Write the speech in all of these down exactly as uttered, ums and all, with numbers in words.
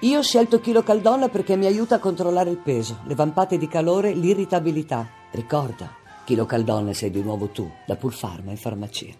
Io ho scelto Chilo Caldonna perché mi aiuta a controllare il peso, le vampate di calore, l'irritabilità. Ricorda, Chilo Caldonna sei di nuovo tu, da Pulpharma in farmacia.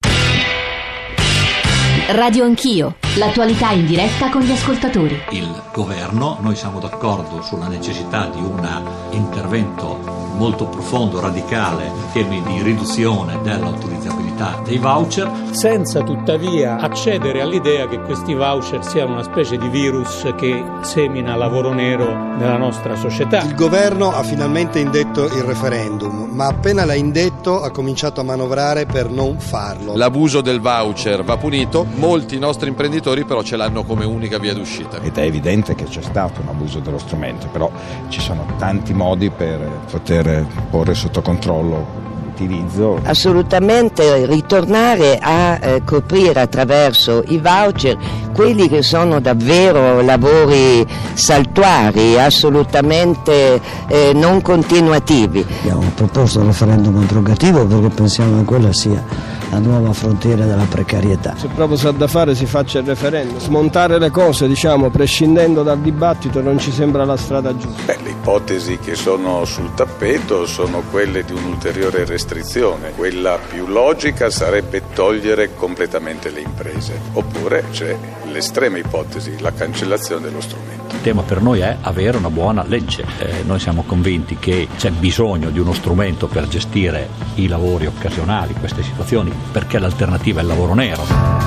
Radio Anch'io, l'attualità in diretta con gli ascoltatori. Il governo, noi siamo d'accordo sulla necessità di un intervento molto profondo, radicale, in termini di riduzione dell'autorizzabilità dei voucher, senza tuttavia accedere all'idea che questi voucher siano una specie di virus che semina lavoro nero nella nostra società. Il governo ha finalmente indetto il referendum, ma appena l'ha indetto ha cominciato a manovrare per non farlo. L'abuso del voucher va punito, molti nostri imprenditori però ce l'hanno come unica via d'uscita. Ed è evidente che c'è stato un abuso dello strumento, però ci sono tanti modi per poter porre sotto controllo l'utilizzo. Assolutamente ritornare a eh, coprire attraverso i voucher quelli che sono davvero lavori saltuari, assolutamente eh, non continuativi. Abbiamo proposto un referendum abrogativo perché pensiamo che quella sia la nuova frontiera della precarietà. Se proprio si ha da fare si faccia il referendum. Smontare le cose, diciamo, prescindendo dal dibattito non ci sembra la strada giusta. Beh, le ipotesi che sono sul tappeto sono quelle di un'ulteriore restrizione. Quella più logica sarebbe togliere completamente le imprese. Oppure c'è l'estrema ipotesi, la cancellazione dello strumento. Il tema per noi è avere una buona legge. Eh, noi siamo convinti che c'è bisogno di uno strumento per gestire i lavori occasionali, queste situazioni, perché l'alternativa è il lavoro nero.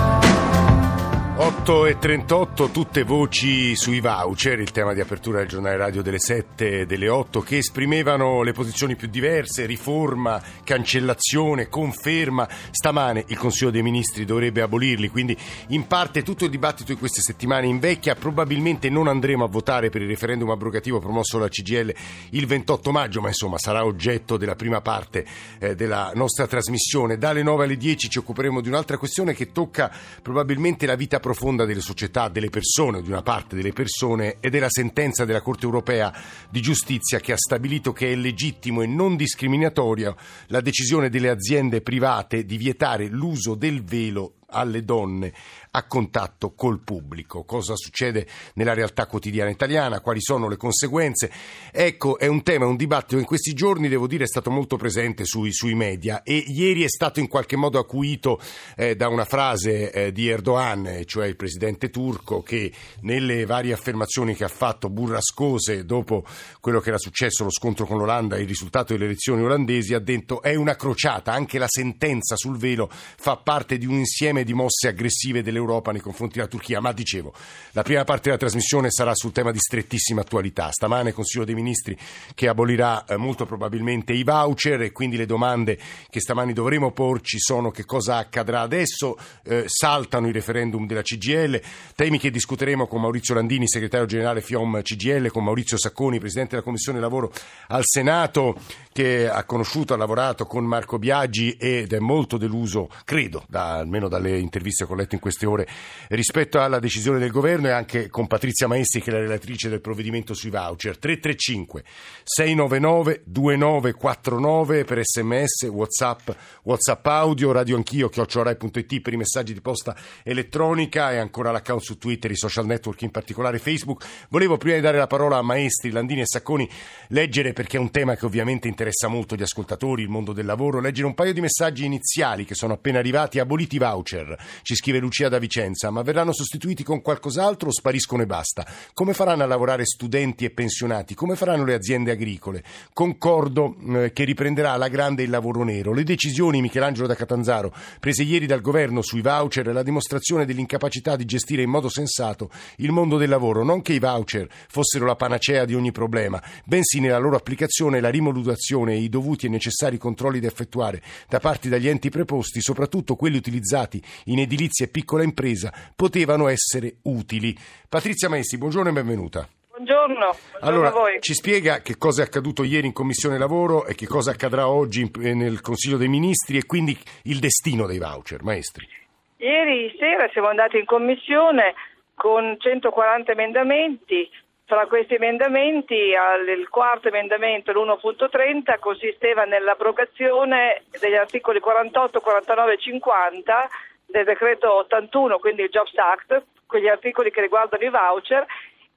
otto e trentotto, tutte voci sui voucher, il tema di apertura del giornale radio delle sette e delle otto, che esprimevano le posizioni più diverse: riforma, cancellazione, conferma. Stamane il Consiglio dei Ministri dovrebbe abolirli, quindi in parte tutto il dibattito di queste settimane invecchia. Probabilmente non andremo a votare per il referendum abrogativo promosso dalla C G I L il ventotto maggio, ma insomma sarà oggetto della prima parte eh, della nostra trasmissione. Dalle nove alle dieci ci occuperemo di un'altra questione che tocca probabilmente la vita profonda delle società, delle persone, di una parte delle persone, e della sentenza della Corte Europea di Giustizia che ha stabilito che è legittimo e non discriminatorio la decisione delle aziende private di vietare l'uso del velo alle donne a contatto col pubblico. Cosa succede nella realtà quotidiana italiana? Quali sono le conseguenze? Ecco, è un tema, un dibattito in questi giorni, devo dire, è stato molto presente sui, sui media, e ieri è stato in qualche modo acuito eh, da una frase eh, di Erdogan, cioè il presidente turco, che nelle varie affermazioni che ha fatto burrascose dopo quello che era successo, lo scontro con l'Olanda e il risultato delle elezioni olandesi, ha detto: è una crociata, anche la sentenza sul velo fa parte di un insieme di mosse aggressive dell'Europa nei confronti della Turchia. Ma dicevo, la prima parte della trasmissione sarà sul tema di strettissima attualità. Stamane il Consiglio dei Ministri che abolirà eh, molto probabilmente i voucher, e quindi le domande che stamani dovremo porci sono: che cosa accadrà adesso? Eh, saltano i referendum della C G I L, temi che discuteremo con Maurizio Landini, segretario generale FIOM C G I L, con Maurizio Sacconi, presidente della Commissione Lavoro al Senato, che ha conosciuto, ha lavorato con Marco Biagi ed è molto deluso, credo, da, almeno dalle interviste che ho letto in queste ore, rispetto alla decisione del governo, e anche con Patrizia Maestri, che è la relatrice del provvedimento sui voucher. Tre tre cinque sei nove nove due nove quattro nove per sms, whatsapp, whatsapp audio, radio anch'io chiocciola rai punto it per i messaggi di posta elettronica, e ancora l'account su Twitter, i social network, in particolare Facebook. Volevo, prima di dare la parola a Maestri, Landini e Sacconi, leggere, perché è un tema che ovviamente interessa molto gli ascoltatori, il mondo del lavoro, leggere un paio di messaggi iniziali che sono appena arrivati. Aboliti i voucher, ci scrive Lucia da Vicenza, ma verranno sostituiti con qualcos'altro o spariscono e basta? Come faranno a lavorare studenti e pensionati? Come faranno le aziende agricole? Concordo eh, che riprenderà alla grande il lavoro nero. Le decisioni, Michelangelo da Catanzaro, prese ieri dal governo sui voucher, è la dimostrazione dell'incapacità di gestire in modo sensato il mondo del lavoro. Non che i voucher fossero la panacea di ogni problema, bensì nella loro applicazione la rimodulazione e i dovuti e necessari controlli da effettuare da parte dagli enti preposti, soprattutto quelli utilizzati in edilizia e piccola impresa, potevano essere utili. Patrizia Maestri, buongiorno e benvenuta. Buongiorno, buongiorno allora, a voi. Ci spiega che cosa è accaduto ieri in Commissione Lavoro e che cosa accadrà oggi in, nel Consiglio dei Ministri, e quindi il destino dei voucher, Maestri. Ieri sera siamo andati in Commissione con centoquaranta emendamenti. Tra questi emendamenti, il quarto emendamento, l'uno punto trenta, consisteva nell'abrogazione degli articoli quarantotto, quarantanove e cinquanta del decreto ottantuno, quindi il Jobs Act, quegli articoli che riguardano i voucher,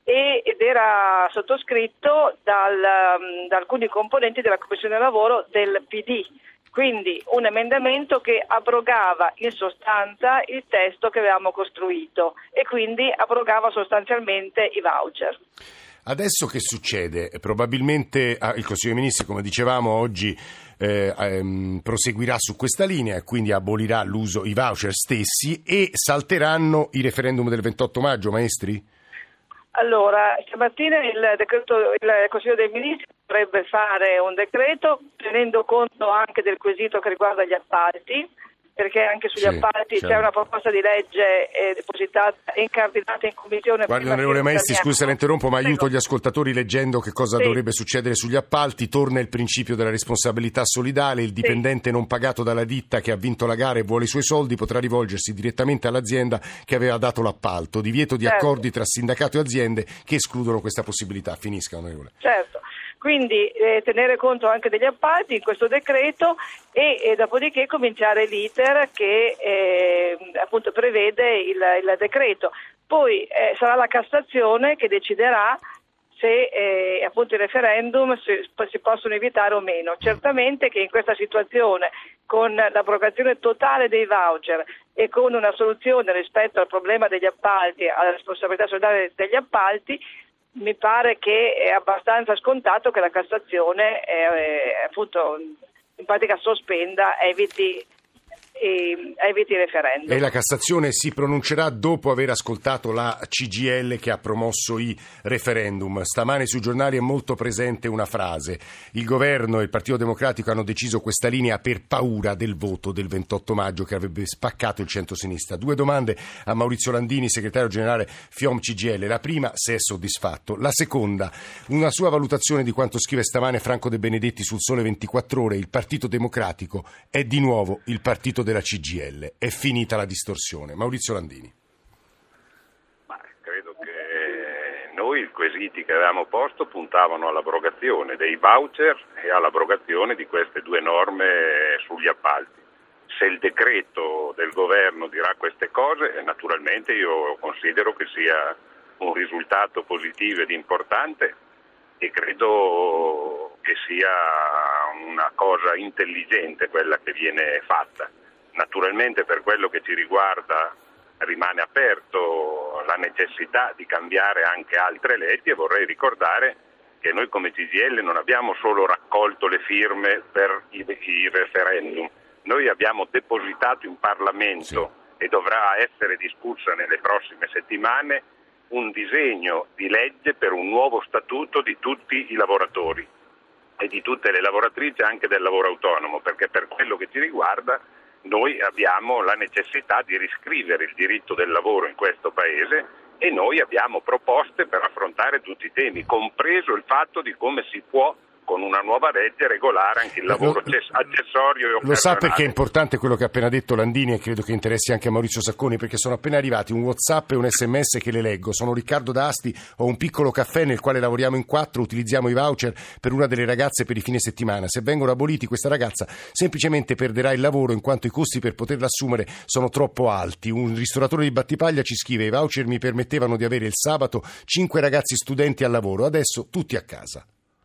ed era sottoscritto dal, da alcuni componenti della Commissione Lavoro del P D. Quindi un emendamento che abrogava in sostanza il testo che avevamo costruito e quindi abrogava sostanzialmente i voucher. Adesso che succede? Probabilmente ah, il Consiglio dei Ministri, come dicevamo oggi, eh, ehm, proseguirà su questa linea, quindi abolirà l'uso i voucher stessi e salteranno i referendum del ventotto maggio, maestri? Allora, stamattina il, decreto, il Consiglio dei Ministri dovrebbe fare un decreto tenendo conto anche del quesito che riguarda gli appalti, perché anche sugli sì, appalti certo. C'è una proposta di legge eh, depositata e incardinata in commissione. Guardi, onorevole Maestri, scusi se la interrompo, ma Prego. aiuto gli ascoltatori leggendo che cosa sì. dovrebbe succedere sugli appalti. Torna il principio della responsabilità solidale, il dipendente sì. non pagato dalla ditta che ha vinto la gara e vuole i suoi soldi potrà rivolgersi direttamente all'azienda che aveva dato l'appalto. Divieto di certo. accordi tra sindacato e aziende che escludono questa possibilità. Finisca, onorevole. Certo. Quindi eh, tenere conto anche degli appalti in questo decreto e, e dopodiché cominciare l'iter che eh, appunto prevede il, il decreto. Poi eh, sarà la Cassazione che deciderà se eh, appunto il referendum si, si possono evitare o meno. Certamente che in questa situazione, con l'abrogazione totale dei voucher e con una soluzione rispetto al problema degli appalti, alla responsabilità solidale degli appalti, mi pare che è abbastanza scontato che la Cassazione eh, eh, appunto in pratica sospenda, eviti e eviti il referendum. E la Cassazione si pronuncerà dopo aver ascoltato la C G I L che ha promosso i referendum. Stamane sui giornali è molto presente una frase: il governo e il Partito Democratico hanno deciso questa linea per paura del voto del ventotto maggio che avrebbe spaccato il centro-sinistra. Due domande a Maurizio Landini, segretario generale FIOM C G I L. La prima, se è soddisfatto. La seconda, una sua valutazione di quanto scrive stamane Franco De Benedetti sul Sole ventiquattro Ore. Il Partito Democratico è di nuovo il partito della C G I L. È finita la distorsione. Maurizio Landini. Ma credo che noi i quesiti che avevamo posto puntavano all'abrogazione dei voucher e all'abrogazione di queste due norme sugli appalti. Se il decreto del governo dirà queste cose, naturalmente io considero che sia un risultato positivo ed importante e credo che sia una cosa intelligente quella che viene fatta. Naturalmente per quello che ci riguarda rimane aperto la necessità di cambiare anche altre leggi e vorrei ricordare che noi come C G I L non abbiamo solo raccolto le firme per i, i referendum, noi abbiamo depositato in Parlamento sì. e dovrà essere discussa nelle prossime settimane un disegno di legge per un nuovo statuto di tutti i lavoratori e di tutte le lavoratrici anche del lavoro autonomo, perché per quello che ci riguarda noi abbiamo la necessità di riscrivere il diritto del lavoro in questo Paese e noi abbiamo proposte per affrontare tutti i temi, compreso il fatto di come si può con una nuova legge regolare anche il lavoro lo, accessorio e occasionale. Lo sa perché è importante quello che ha appena detto Landini e credo che interessi anche a Maurizio Sacconi, perché sono appena arrivati un WhatsApp e un sms che le leggo. Sono Riccardo D'Asti, ho un piccolo caffè nel quale lavoriamo in quattro, utilizziamo i voucher per una delle ragazze per i fine settimana. Se vengono aboliti questa ragazza semplicemente perderà il lavoro in quanto i costi per poterla assumere sono troppo alti. Un ristoratore di Battipaglia ci scrive: i voucher mi permettevano di avere il sabato cinque ragazzi studenti al lavoro, adesso tutti a casa.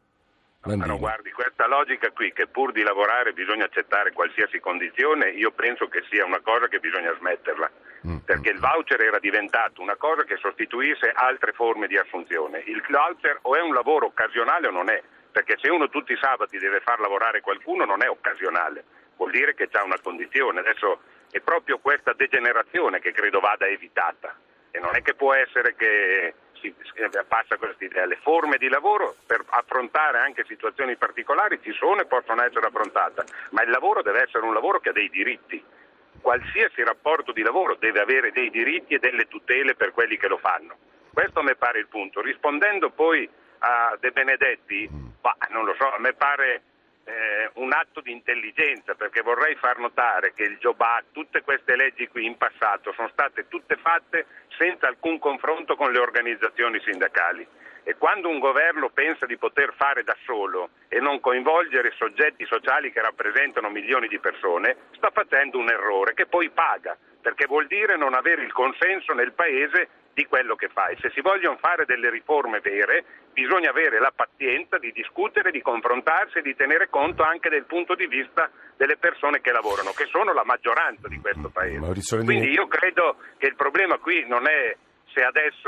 No, no, guardi, questa logica qui che pur di lavorare bisogna accettare qualsiasi condizione, io penso che sia una cosa che bisogna smetterla, mm. perché il voucher era diventato una cosa che sostituisse altre forme di assunzione. Il voucher o è un lavoro occasionale o non è, perché se uno tutti i sabati deve far lavorare qualcuno non è occasionale, vuol dire che c'ha una condizione. Adesso è proprio questa degenerazione che credo vada evitata e non è che può essere che si passa questa idea. Le forme di lavoro per affrontare anche situazioni particolari ci sono e possono essere affrontate, ma il lavoro deve essere un lavoro che ha dei diritti. Qualsiasi rapporto di lavoro deve avere dei diritti e delle tutele per quelli che lo fanno. Questo mi pare il punto. Rispondendo poi a De Benedetti, bah, non lo so, a me pare eh, un atto di intelligenza, perché vorrei far notare che il Job Act, tutte queste leggi qui in passato sono state tutte fatte senza alcun confronto con le organizzazioni sindacali e quando un governo pensa di poter fare da solo e non coinvolgere soggetti sociali che rappresentano milioni di persone sta facendo un errore che poi paga, perché vuol dire non avere il consenso nel paese di quello che fai. Se si vogliono fare delle riforme vere, bisogna avere la pazienza di discutere, di confrontarsi e di tenere conto anche del punto di vista delle persone che lavorano, che sono la maggioranza di questo paese. Quindi io credo che il problema qui non è se adesso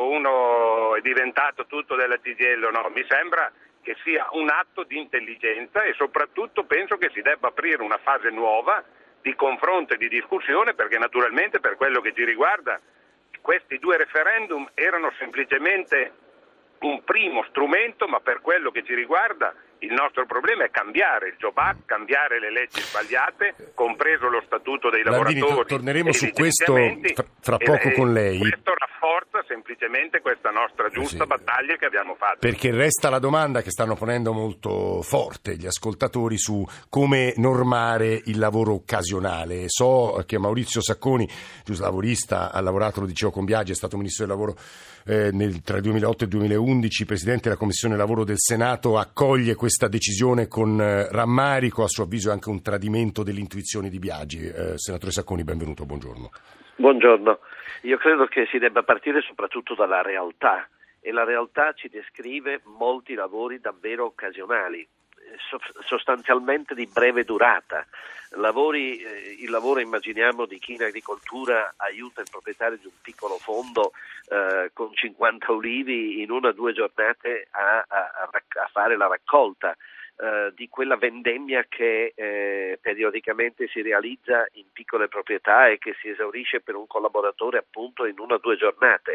uno è diventato tutto della C G I L o no, mi sembra che sia un atto di intelligenza e soprattutto penso che si debba aprire una fase nuova di confronto e di discussione, perché naturalmente per quello che ci riguarda questi due referendum erano semplicemente un primo strumento, ma per quello che ci riguarda il nostro problema è cambiare il Jobs Act, cambiare le leggi sbagliate, compreso lo statuto dei Landini, lavoratori. Torneremo su questo fra, fra poco e, con lei. Questo rafforza semplicemente questa nostra giusta sì. battaglia che abbiamo fatto. Perché resta la domanda che stanno ponendo molto forte gli ascoltatori su come normare il lavoro occasionale. So che Maurizio Sacconi, giusto lavorista, ha lavorato, lo dicevo con Biagi, è stato ministro del lavoro eh, nel, tra il duemilaotto e il duemilaundici, presidente della Commissione Lavoro del Senato, accoglie questa decisione con eh, rammarico, a suo avviso è anche un tradimento delle intuizioni di Biagi. Eh, senatore Sacconi, benvenuto, buongiorno. Buongiorno, io credo che si debba partire soprattutto dalla realtà e la realtà ci descrive molti lavori davvero occasionali, sostanzialmente di breve durata. Lavori, eh, il lavoro immaginiamo di chi in agricoltura aiuta il proprietario di un piccolo fondo eh, con cinquanta ulivi in una o due giornate a, a, a fare la raccolta eh, di quella vendemmia che eh, periodicamente si realizza in piccole proprietà e che si esaurisce per un collaboratore appunto in una o due giornate.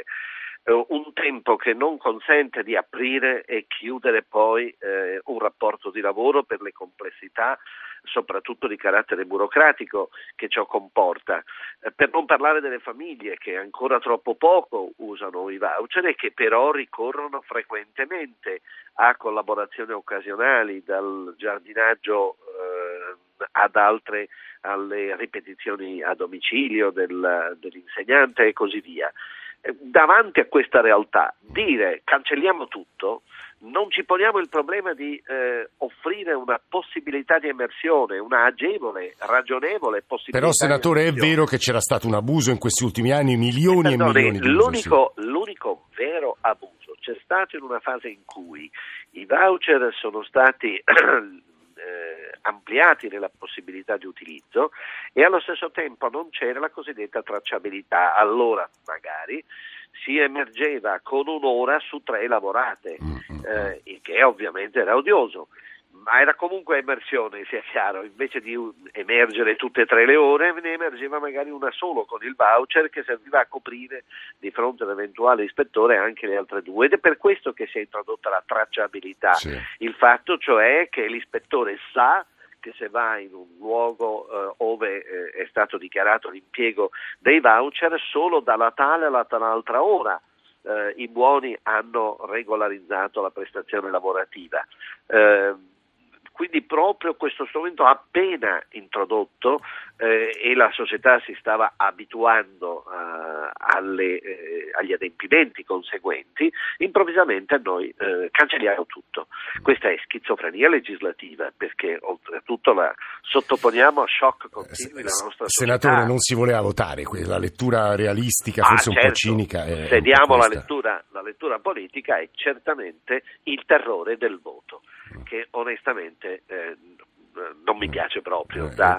Un tempo che non consente di aprire e chiudere poi eh, un rapporto di lavoro per le complessità, soprattutto di carattere burocratico, che ciò comporta. Eh, per non parlare delle famiglie che ancora troppo poco usano i voucher e che però ricorrono frequentemente a collaborazioni occasionali, dal giardinaggio eh, ad altre, alle ripetizioni a domicilio del, dell'insegnante e così via. Davanti a questa realtà, dire cancelliamo tutto, non ci poniamo il problema di eh, offrire una possibilità di emersione, una agevole, ragionevole possibilità. Però, senatore, di è vero che c'era stato un abuso in questi ultimi anni, milioni e, perdone, e milioni di l'unico, usi. l'unico vero abuso c'è stato in una fase in cui i voucher sono stati Eh, ampliati nella possibilità di utilizzo e allo stesso tempo non c'era la cosiddetta tracciabilità. Allora magari si emergeva con un'ora su tre lavorate, eh, il che ovviamente era odioso, ma era comunque emersione, sia chiaro, invece di emergere tutte e tre le ore ne emergeva magari una solo con il voucher che serviva a coprire di fronte all'eventuale ispettore anche le altre due, ed è per questo che si è introdotta la tracciabilità, sì. Il fatto cioè che l'ispettore sa che se va in un luogo eh, ove eh, è stato dichiarato l'impiego dei voucher, solo dalla tale alla tal'altra ora eh, i buoni hanno regolarizzato la prestazione lavorativa. Eh, Quindi proprio questo strumento appena introdotto eh, e la società si stava abituando eh, alle, eh, agli adempimenti conseguenti, improvvisamente noi eh, cancelliamo tutto. Questa è schizofrenia legislativa, perché oltretutto la sottoponiamo a shock continui la nostra società. Senatore, non si voleva votare, la lettura realistica, ah, forse certo. un po' cinica. È Se diamo la questa. lettura, la lettura politica è certamente il terrore del voto, che onestamente eh, non mi piace proprio, da,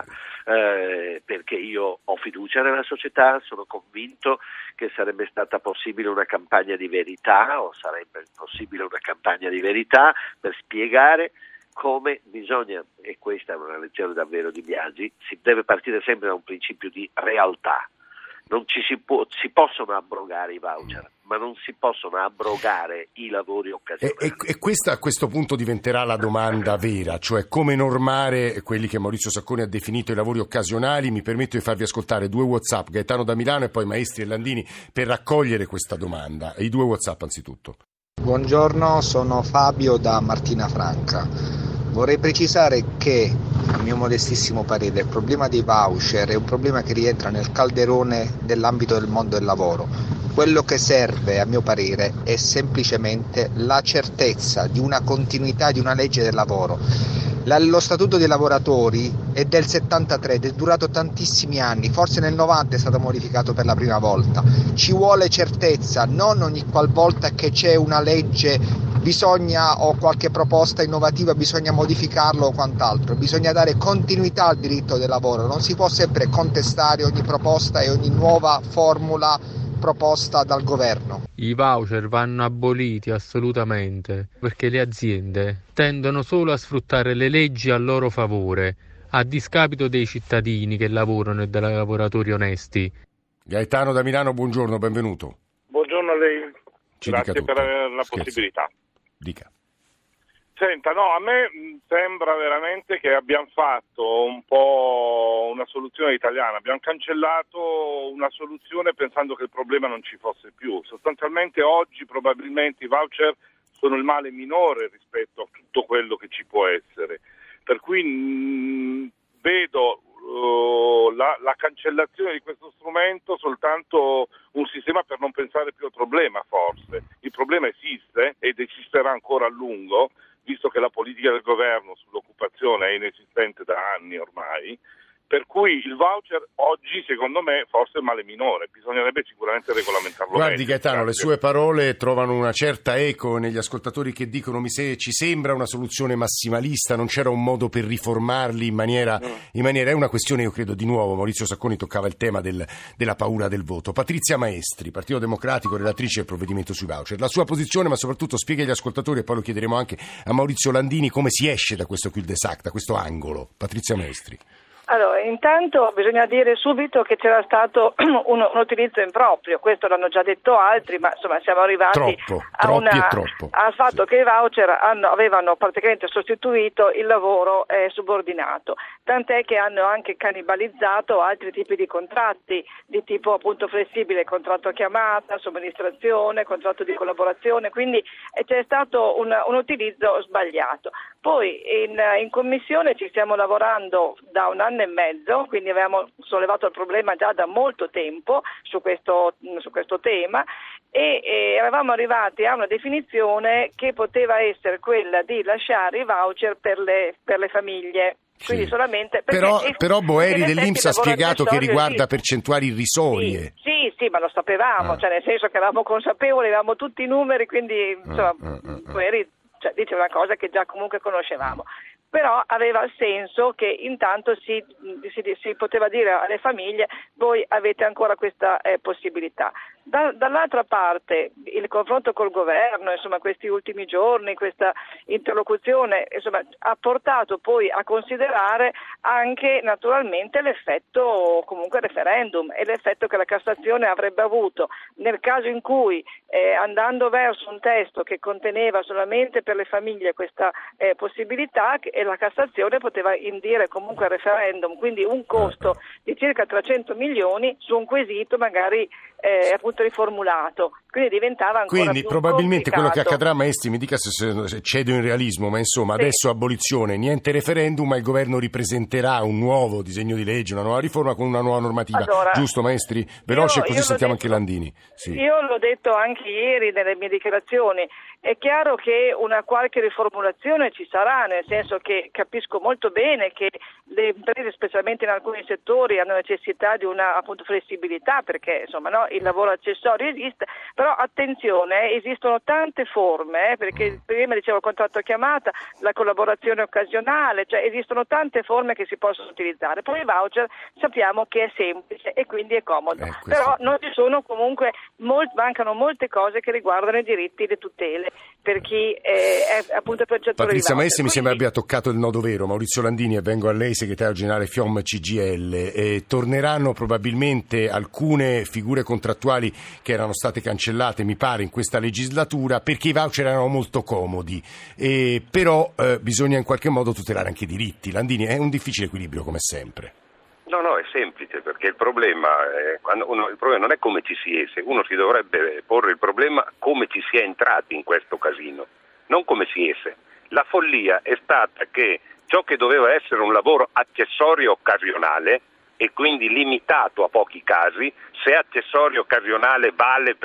eh, perché io ho fiducia nella società, sono convinto che sarebbe stata possibile una campagna di verità o sarebbe possibile una campagna di verità per spiegare come bisogna, e questa è una lezione davvero di Biagi, si deve partire sempre da un principio di realtà. Non ci si, può, si possono abrogare i voucher, ma non si possono abrogare i lavori occasionali. E, e, e questa a questo punto diventerà la domanda vera, cioè come normare quelli che Maurizio Sacconi ha definito i lavori occasionali. Mi permetto di farvi ascoltare due WhatsApp, Gaetano da Milano e poi Maestri e Landini, per raccogliere questa domanda. I due WhatsApp anzitutto. Buongiorno, sono Fabio da Martina Franca. Vorrei precisare che, a mio modestissimo parere, il problema dei voucher è un problema che rientra nel calderone dell'ambito del mondo del lavoro. Quello che serve, a mio parere, è semplicemente la certezza di una continuità di una legge del lavoro. La, lo statuto dei lavoratori è del settantatré ed è durato tantissimi anni, forse nel novanta è stato modificato per la prima volta. Ci vuole certezza, non ogni qualvolta che c'è una legge bisogna o qualche proposta innovativa bisogna modificarlo o quant'altro, bisogna dare continuità al diritto del lavoro, non si può sempre contestare ogni proposta e ogni nuova formula proposta dal governo. I voucher vanno aboliti assolutamente, perché le aziende tendono solo a sfruttare le leggi a loro favore, a discapito dei cittadini che lavorano e dei lavoratori onesti. Gaetano da Milano, buongiorno, benvenuto. Buongiorno a lei, Ci grazie per la Scherzo. possibilità. Dica. Senta, no, a me mh, sembra veramente che abbiamo fatto un po' una soluzione italiana, abbiamo cancellato una soluzione pensando che il problema non ci fosse più. Sostanzialmente oggi probabilmente i voucher sono il male minore rispetto a tutto quello che ci può essere, per cui mh, vedo uh, la, la cancellazione di questo strumento soltanto un sistema per non pensare più al problema, forse. Il problema esiste ed esisterà ancora a lungo, visto che la politica del governo sull'occupazione è inesistente da anni ormai, per cui il voucher oggi secondo me forse è il male minore, bisognerebbe sicuramente regolamentarlo. Guardi meglio. Gaetano, Grazie. le sue parole trovano una certa eco negli ascoltatori che dicono mi se, ci sembra una soluzione massimalista, non c'era un modo per riformarli in maniera, in maniera è una questione, io credo, di nuovo Maurizio Sacconi toccava il tema del, della paura del voto. Patrizia Maestri, Partito Democratico, relatrice del provvedimento sui voucher, la sua posizione, ma soprattutto spiega agli ascoltatori, e poi lo chiederemo anche a Maurizio Landini, come si esce da questo cul-de-sac, da questo angolo. Patrizia Maestri. Allora, intanto bisogna dire subito che c'era stato un, un utilizzo improprio, questo l'hanno già detto altri, ma insomma siamo arrivati troppo, a una, e troppo. al fatto sì. che i voucher hanno, avevano praticamente sostituito il lavoro eh, subordinato, tant'è che hanno anche cannibalizzato altri tipi di contratti di tipo appunto flessibile, contratto a chiamata, somministrazione, contratto di collaborazione, quindi eh, c'è stato un, un utilizzo sbagliato. Poi in, in commissione ci stiamo lavorando da un anno e mezzo, quindi avevamo sollevato il problema già da molto tempo su questo, su questo tema e, e eravamo arrivati a una definizione che poteva essere quella di lasciare i voucher per le, per le famiglie. Quindi sì. solamente però, perché, però Boeri perché dell'I N P S ha spiegato che riguarda sì. percentuali irrisorie. Sì, sì, sì, ma lo sapevamo, ah. cioè nel senso che eravamo consapevoli, avevamo tutti i numeri, quindi insomma, ah, ah, ah, Boeri cioè, dice una cosa che già comunque conoscevamo. Però aveva il senso che intanto si, si, si poteva dire alle famiglie voi avete ancora questa eh, possibilità. Da, dall'altra parte il confronto col governo, insomma questi ultimi giorni, questa interlocuzione insomma, ha portato poi a considerare anche naturalmente l'effetto comunque referendum e l'effetto che la Cassazione avrebbe avuto nel caso in cui eh, andando verso un testo che conteneva solamente per le famiglie questa eh, possibilità e la Cassazione poteva indire comunque il referendum, quindi un costo di circa trecento milioni su un quesito magari eh, appunto riformulato, quindi diventava ancora quindi più probabilmente complicato. quello che accadrà, Maestri mi dica se, se cedo in realismo, ma insomma sì. Adesso abolizione, niente referendum, ma il governo ripresenterà un nuovo disegno di legge, una nuova riforma con una nuova normativa, allora, giusto Maestri? Veloce io, così io sentiamo detto, anche Landini. Sì. Io l'ho detto anche ieri nelle mie dichiarazioni, è chiaro che una qualche riformulazione ci sarà, nel senso che capisco molto bene che le imprese, specialmente in alcuni settori, hanno necessità di una appunto flessibilità, perché insomma no, il lavoro accessorio esiste, però attenzione, esistono tante forme, eh, perché prima dicevo il contratto a chiamata, la collaborazione occasionale, cioè esistono tante forme che si possono utilizzare. Poi i voucher sappiamo che è semplice e quindi è comodo, eh, però non ci sono comunque molt- mancano molte cose che riguardano i diritti e le tutele per chi eh, è appunto percettore. Patrizia Maestri Maestri mi sembra abbia toccato il nodo vero. Maurizio Landini, e vengo a lei, segretario generale F I O M C G I L. E torneranno probabilmente alcune figure contrattuali che erano state cancellate, mi pare, in questa legislatura, perché i voucher erano molto comodi, e, però eh, bisogna in qualche modo tutelare anche i diritti. Landini, è un difficile equilibrio come sempre. No, no, è semplice, perché il problema, è, quando uno, il problema non è come ci si esce, uno si dovrebbe porre il problema come ci si è entrati in questo casino, non come si esce. La follia è stata che ciò che doveva essere un lavoro accessorio occasionale e quindi limitato a pochi casi, se accessorio occasionale vale per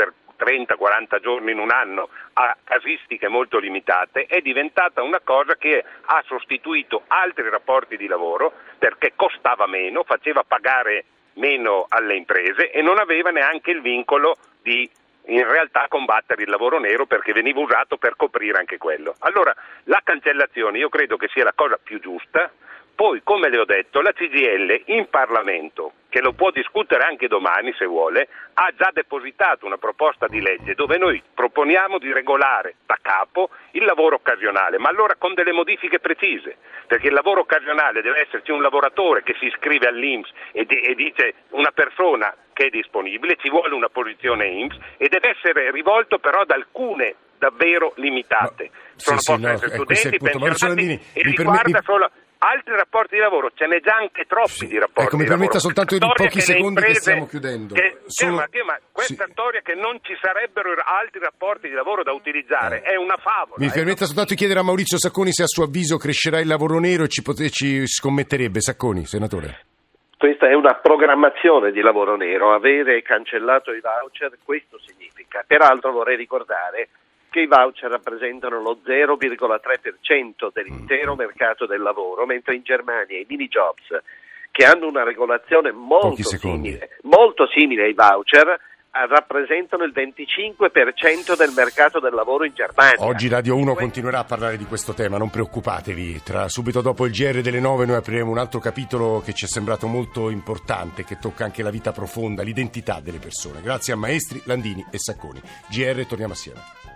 trenta quaranta giorni in un anno a casistiche molto limitate, è diventata una cosa che ha sostituito altri rapporti di lavoro perché costava meno, faceva pagare meno alle imprese e non aveva neanche il vincolo di in realtà combattere il lavoro nero, perché veniva usato per coprire anche quello. Allora la cancellazione io credo che sia la cosa più giusta. Poi, come le ho detto, la C G I L in Parlamento, che lo può discutere anche domani se vuole, ha già depositato una proposta di legge dove noi proponiamo di regolare da capo il lavoro occasionale, ma allora con delle modifiche precise, perché il lavoro occasionale deve esserci un lavoratore che si iscrive all'I N P S e, di- e dice una persona che è disponibile, ci vuole una posizione I N P S e deve essere rivolto però ad alcune davvero limitate. Ma, Sono, sì, possono sì, essere no, studenti, pensionati Landini, e mi riguarda perme- solo altri rapporti di lavoro, ce n'è già anche troppi sì. di rapporti ecco, mi di permetta lavoro. soltanto di Storia pochi che le secondi imprese, che stiamo chiudendo. Che, Solo... ma, ma questa sì. storia che non ci sarebbero altri rapporti di lavoro da utilizzare eh. è una favola. Mi eh. permetta soltanto di chiedere a Maurizio Sacconi se a suo avviso crescerà il lavoro nero e ci, pot- ci scommetterebbe. Sacconi, senatore. Questa è una programmazione di lavoro nero, avere cancellato i voucher, questo significa. Peraltro vorrei ricordare che i voucher rappresentano lo zero virgola tre per cento dell'intero mercato del lavoro, mentre in Germania i mini jobs, che hanno una regolazione molto simile, molto simile ai voucher, rappresentano il venticinque per cento del mercato del lavoro in Germania. Oggi Radio uno continuerà a parlare di questo tema, non preoccupatevi. Tra, subito dopo il G R delle nove noi apriremo un altro capitolo che ci è sembrato molto importante, che tocca anche la vita profonda, l'identità delle persone. Grazie a Maestri, Landini e Sacconi. G R, torniamo assieme.